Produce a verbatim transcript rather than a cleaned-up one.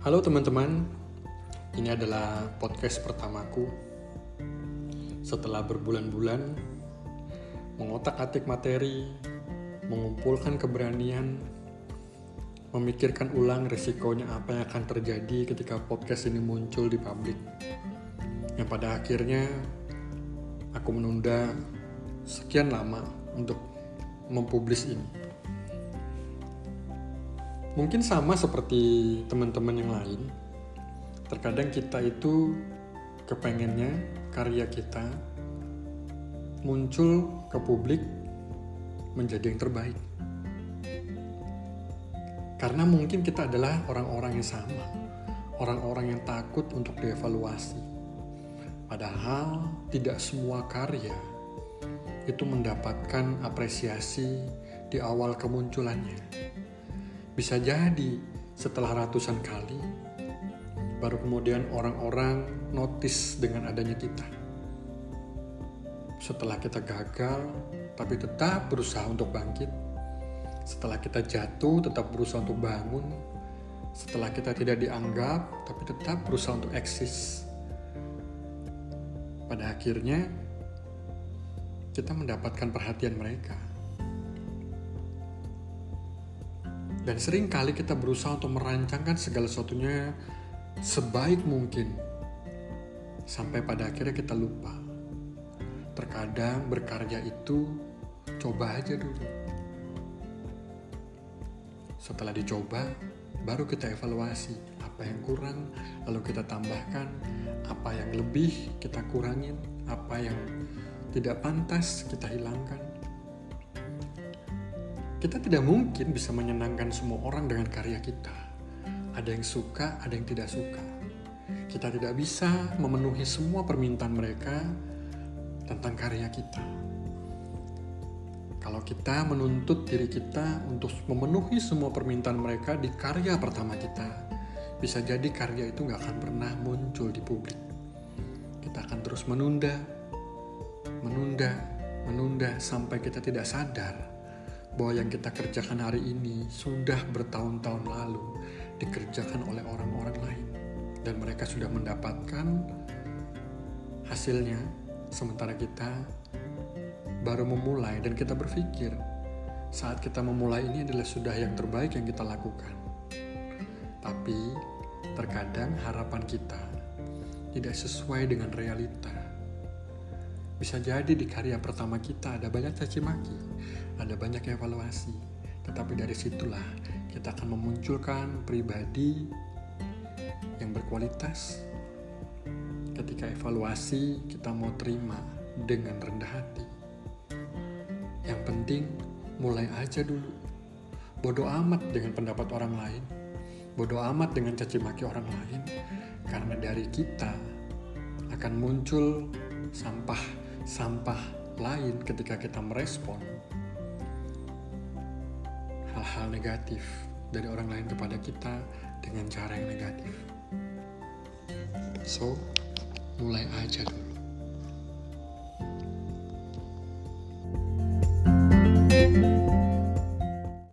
Halo teman-teman, ini adalah podcast pertamaku. Setelah berbulan-bulan mengotak-atik materi, mengumpulkan keberanian, memikirkan ulang risikonya apa yang akan terjadi ketika podcast ini muncul di publik. Yang pada akhirnya aku menunda sekian lama untuk mempublis ini. Mungkin sama seperti teman-teman yang lain, terkadang kita itu kepengennya karya kita muncul ke publik menjadi yang terbaik. Karena mungkin kita adalah orang-orang yang sama, orang-orang yang takut untuk dievaluasi. Padahal tidak semua karya itu mendapatkan apresiasi di awal kemunculannya. Bisa jadi setelah ratusan kali, baru kemudian orang-orang notice dengan adanya kita. Setelah kita gagal, tapi tetap berusaha untuk bangkit. Setelah kita jatuh, tetap berusaha untuk bangun. Setelah kita tidak dianggap, tapi tetap berusaha untuk eksis. Pada akhirnya, kita mendapatkan perhatian mereka. Dan sering kali kita berusaha untuk merancangkan segala sesuatunya sebaik mungkin. Sampai pada akhirnya kita lupa. Terkadang berkarya itu coba aja dulu. Setelah dicoba, baru kita evaluasi apa yang kurang, lalu kita tambahkan apa yang lebih kita kurangin, apa yang tidak pantas kita hilangkan. Kita tidak mungkin bisa menyenangkan semua orang dengan karya kita. Ada yang suka, ada yang tidak suka. Kita tidak bisa memenuhi semua permintaan mereka tentang karya kita. Kalau kita menuntut diri kita untuk memenuhi semua permintaan mereka di karya pertama kita, bisa jadi karya itu gak akan pernah muncul di publik. Kita akan terus menunda, menunda, menunda sampai kita tidak sadar bahwa yang kita kerjakan hari ini sudah bertahun-tahun lalu dikerjakan oleh orang-orang lain. Dan mereka sudah mendapatkan hasilnya, sementara kita baru memulai dan kita berpikir saat kita memulai ini adalah sudah yang terbaik yang kita lakukan. Tapi terkadang harapan kita tidak sesuai dengan realita. Bisa jadi di karya pertama kita ada banyak caci maki, ada banyak evaluasi. Tetapi dari situlah kita akan memunculkan pribadi yang berkualitas. Ketika evaluasi kita mau terima dengan rendah hati. Yang penting mulai aja dulu. Bodo amat dengan pendapat orang lain. Bodo amat dengan caci maki orang lain. Karena dari kita akan muncul sampah sampah lain ketika kita merespon hal-hal negatif dari orang lain kepada kita dengan cara yang negatif. So, mulai aja dulu.